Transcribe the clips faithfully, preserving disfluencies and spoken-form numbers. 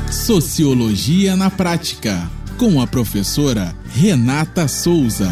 Sociologia na Prática, com a professora Renata Souza.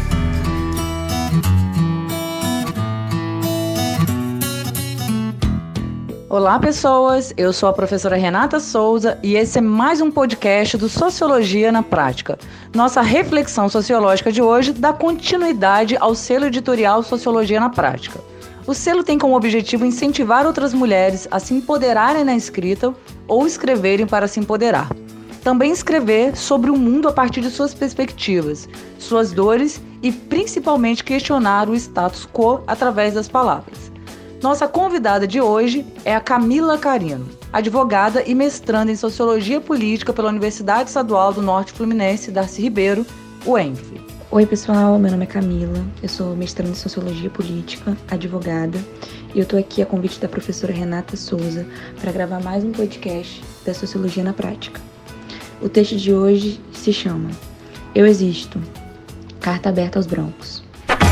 Olá, pessoas! Eu sou a professora Renata Souza e esse é mais um podcast do Sociologia na Prática. Nossa reflexão sociológica de hoje dá continuidade ao selo editorial Sociologia na Prática. O selo tem como objetivo incentivar outras mulheres a se empoderarem na escrita ou escreverem para se empoderar. Também escrever sobre o mundo a partir de suas perspectivas, suas dores e principalmente questionar o status quo através das palavras. Nossa convidada de hoje é a Camila Carino, advogada e mestranda em Sociologia Política pela Universidade Estadual do Norte Fluminense, Darcy Ribeiro, U E N F. Oi pessoal, meu nome é Camila, eu sou mestranda em Sociologia Política, advogada, e eu tô aqui a convite da professora Renata Souza para gravar mais um podcast da Sociologia na Prática. O texto de hoje se chama Eu Existo, Carta Aberta aos Brancos.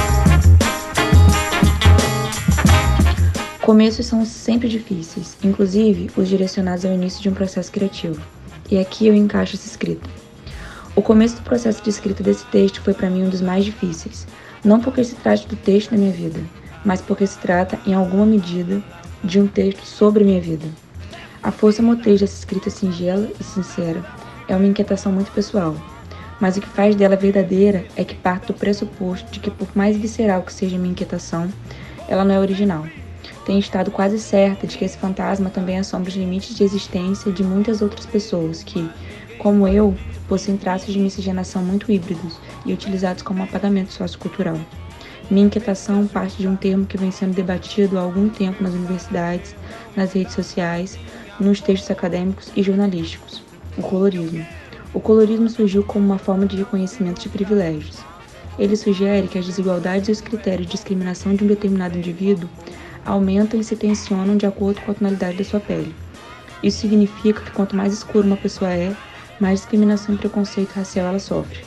Começos são sempre difíceis, inclusive os direcionados ao início de um processo criativo, e aqui eu encaixo essa escrita. O começo do processo de escrita desse texto foi para mim um dos mais difíceis, não porque se trate do texto da minha vida, mas porque se trata, em alguma medida, de um texto sobre minha vida. A força motriz dessa escrita singela e sincera é uma inquietação muito pessoal, mas o que faz dela verdadeira é que parte do pressuposto de que, por mais visceral que seja minha inquietação, ela não é original. Tenho estado quase certa de que esse fantasma também assombra os limites de existência de muitas outras pessoas que, como eu, possuem traços de miscigenação muito híbridos e utilizados como apagamento sociocultural. Minha inquietação parte de um termo que vem sendo debatido há algum tempo nas universidades, nas redes sociais, nos textos acadêmicos e jornalísticos: o colorismo. O colorismo surgiu como uma forma de reconhecimento de privilégios. Ele sugere que as desigualdades e os critérios de discriminação de um determinado indivíduo aumentam e se tensionam de acordo com a tonalidade da sua pele. Isso significa que quanto mais escura uma pessoa é, mais discriminação e preconceito racial ela sofre,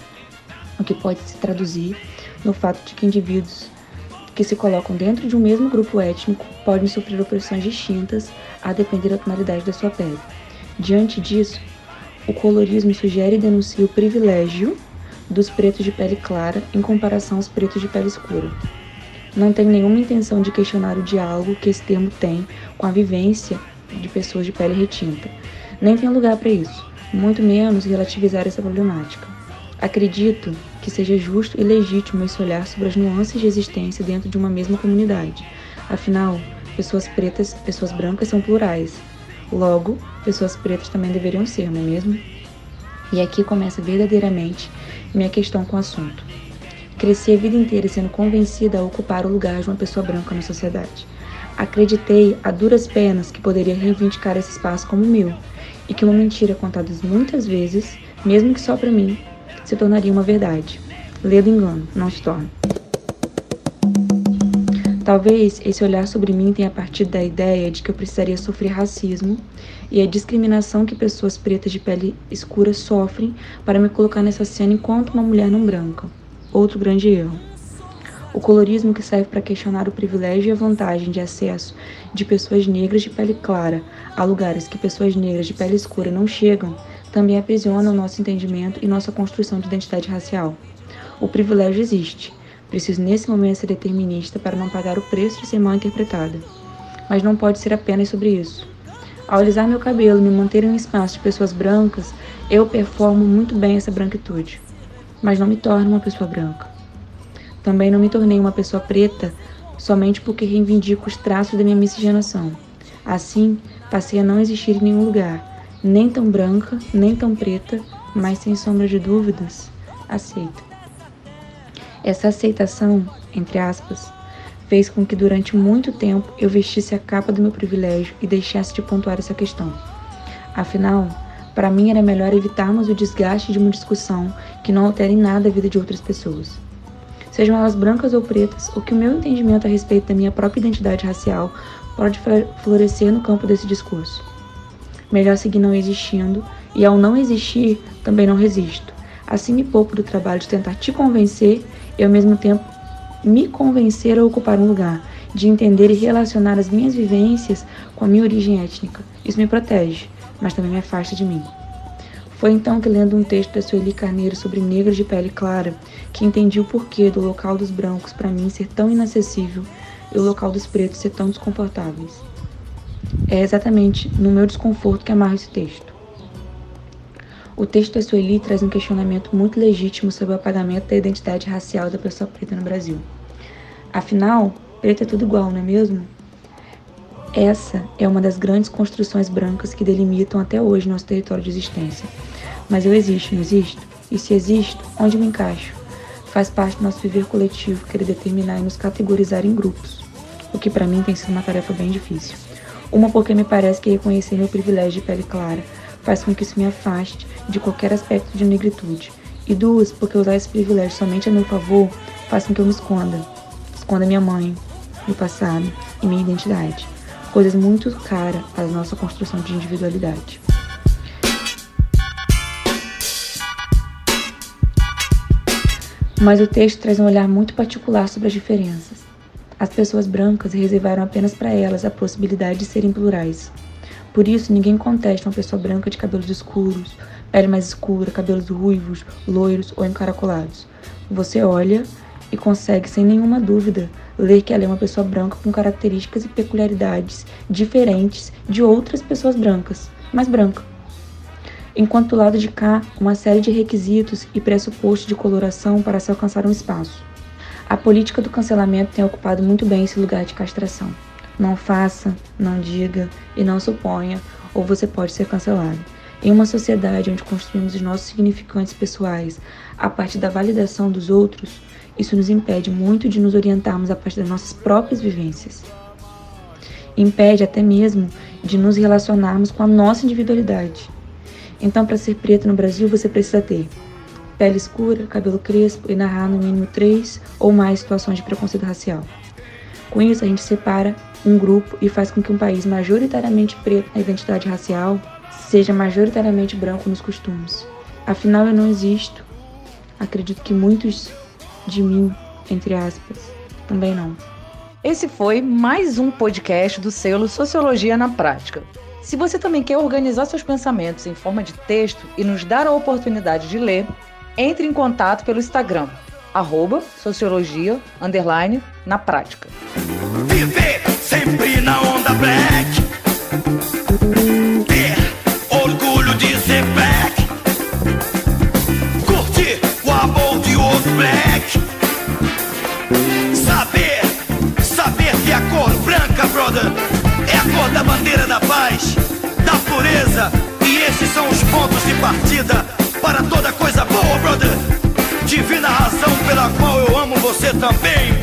o que pode se traduzir no fato de que indivíduos que se colocam dentro de um mesmo grupo étnico podem sofrer opressões distintas a depender da tonalidade da sua pele. Diante disso, o colorismo sugere e denuncia o privilégio dos pretos de pele clara em comparação aos pretos de pele escura. Não tenho nenhuma intenção de questionar o diálogo que esse termo tem com a vivência de pessoas de pele retinta. Nem tem lugar para isso, muito menos relativizar essa problemática. Acredito que seja justo e legítimo esse olhar sobre as nuances de existência dentro de uma mesma comunidade. Afinal, pessoas pretas, pessoas brancas são plurais. Logo, pessoas pretas também deveriam ser, não é mesmo? E aqui começa verdadeiramente minha questão com o assunto. Cresci a vida inteira sendo convencida a ocupar o lugar de uma pessoa branca na sociedade. Acreditei a duras penas que poderia reivindicar esse espaço como meu, e que uma mentira contada muitas vezes, mesmo que só para mim, se tornaria uma verdade. Lê do engano, não se torna. Talvez esse olhar sobre mim tenha partido da ideia de que eu precisaria sofrer racismo e a discriminação que pessoas pretas de pele escura sofrem para me colocar nessa cena enquanto uma mulher não branca. Outro grande erro. O colorismo, que serve para questionar o privilégio e a vantagem de acesso de pessoas negras de pele clara a lugares que pessoas negras de pele escura não chegam, também aprisiona o nosso entendimento e nossa construção de identidade racial. O privilégio existe. Preciso nesse momento ser determinista para não pagar o preço de ser mal interpretada. Mas não pode ser apenas sobre isso. Ao alisar meu cabelo e me manter em um espaço de pessoas brancas, eu performo muito bem essa branquitude. Mas não me torno uma pessoa branca. Também não me tornei uma pessoa preta somente porque reivindico os traços da minha miscigenação. Assim, passei a não existir em nenhum lugar, nem tão branca, nem tão preta, mas sem sombra de dúvidas, aceita. Essa aceitação, entre aspas, fez com que durante muito tempo eu vestisse a capa do meu privilégio e deixasse de pontuar essa questão. Afinal, para mim era melhor evitarmos o desgaste de uma discussão que não altera em nada a vida de outras pessoas. Sejam elas brancas ou pretas, o que o meu entendimento a respeito da minha própria identidade racial pode florescer no campo desse discurso. Melhor seguir não existindo, e ao não existir, também não resisto. Assim me poupo do trabalho de tentar te convencer e ao mesmo tempo me convencer a ocupar um lugar, de entender e relacionar as minhas vivências com a minha origem étnica. Isso me protege, mas também me afasta de mim. Foi então que, lendo um texto da Sueli Carneiro sobre negros de pele clara, que entendi o porquê do local dos brancos para mim ser tão inacessível e o local dos pretos ser tão desconfortáveis. É exatamente no meu desconforto que amarro esse texto. O texto da Sueli traz um questionamento muito legítimo sobre o apagamento da identidade racial da pessoa preta no Brasil. Afinal, preto é tudo igual, não é mesmo? Essa é uma das grandes construções brancas que delimitam até hoje nosso território de existência. Mas eu existo, não existo? E se existo, onde me encaixo? Faz parte do nosso viver coletivo querer determinar e nos categorizar em grupos, o que para mim tem sido uma tarefa bem difícil. Uma porque me parece que reconhecer meu privilégio de pele clara faz com que isso me afaste de qualquer aspecto de negritude. E duas, porque usar esse privilégio somente a meu favor faz com que eu me esconda. Esconda minha mãe, meu passado e minha identidade. Coisas muito caras à nossa construção de individualidade. Mas o texto traz um olhar muito particular sobre as diferenças. As pessoas brancas reservaram apenas para elas a possibilidade de serem plurais. Por isso, ninguém contesta uma pessoa branca de cabelos escuros, pele mais escura, cabelos ruivos, loiros ou encaracolados. Você olha e consegue, sem nenhuma dúvida, ler que ela é uma pessoa branca com características e peculiaridades diferentes de outras pessoas brancas, mas branca. Enquanto do lado de cá, uma série de requisitos e pressupostos de coloração para se alcançar um espaço. A política do cancelamento tem ocupado muito bem esse lugar de castração. Não faça, não diga e não suponha, ou você pode ser cancelado. Em uma sociedade onde construímos os nossos significantes pessoais a partir da validação dos outros, isso nos impede muito de nos orientarmos a partir das nossas próprias vivências. Impede até mesmo de nos relacionarmos com a nossa individualidade. Então, para ser preto no Brasil, você precisa ter pele escura, cabelo crespo e narrar no mínimo três ou mais situações de preconceito racial. Com isso, a gente separa um grupo e faz com que um país majoritariamente preto na identidade racial seja majoritariamente branco nos costumes. Afinal, eu não existo. Acredito que muitos de mim, entre aspas, também não. Esse foi mais um podcast do selo Sociologia na Prática. Se você também quer organizar seus pensamentos em forma de texto e nos dar a oportunidade de ler, entre em contato pelo Instagram, arroba sociologia, underline, na prática. Viver sempre na onda black, ter orgulho de ser black, curtir o amor de outro black, saber, saber que a cor branca, brother, é a cor da bandeira da paz, da pureza, e esses são os pontos de partida para toda coisa boa, brother. Divina razão pela qual eu amo você também,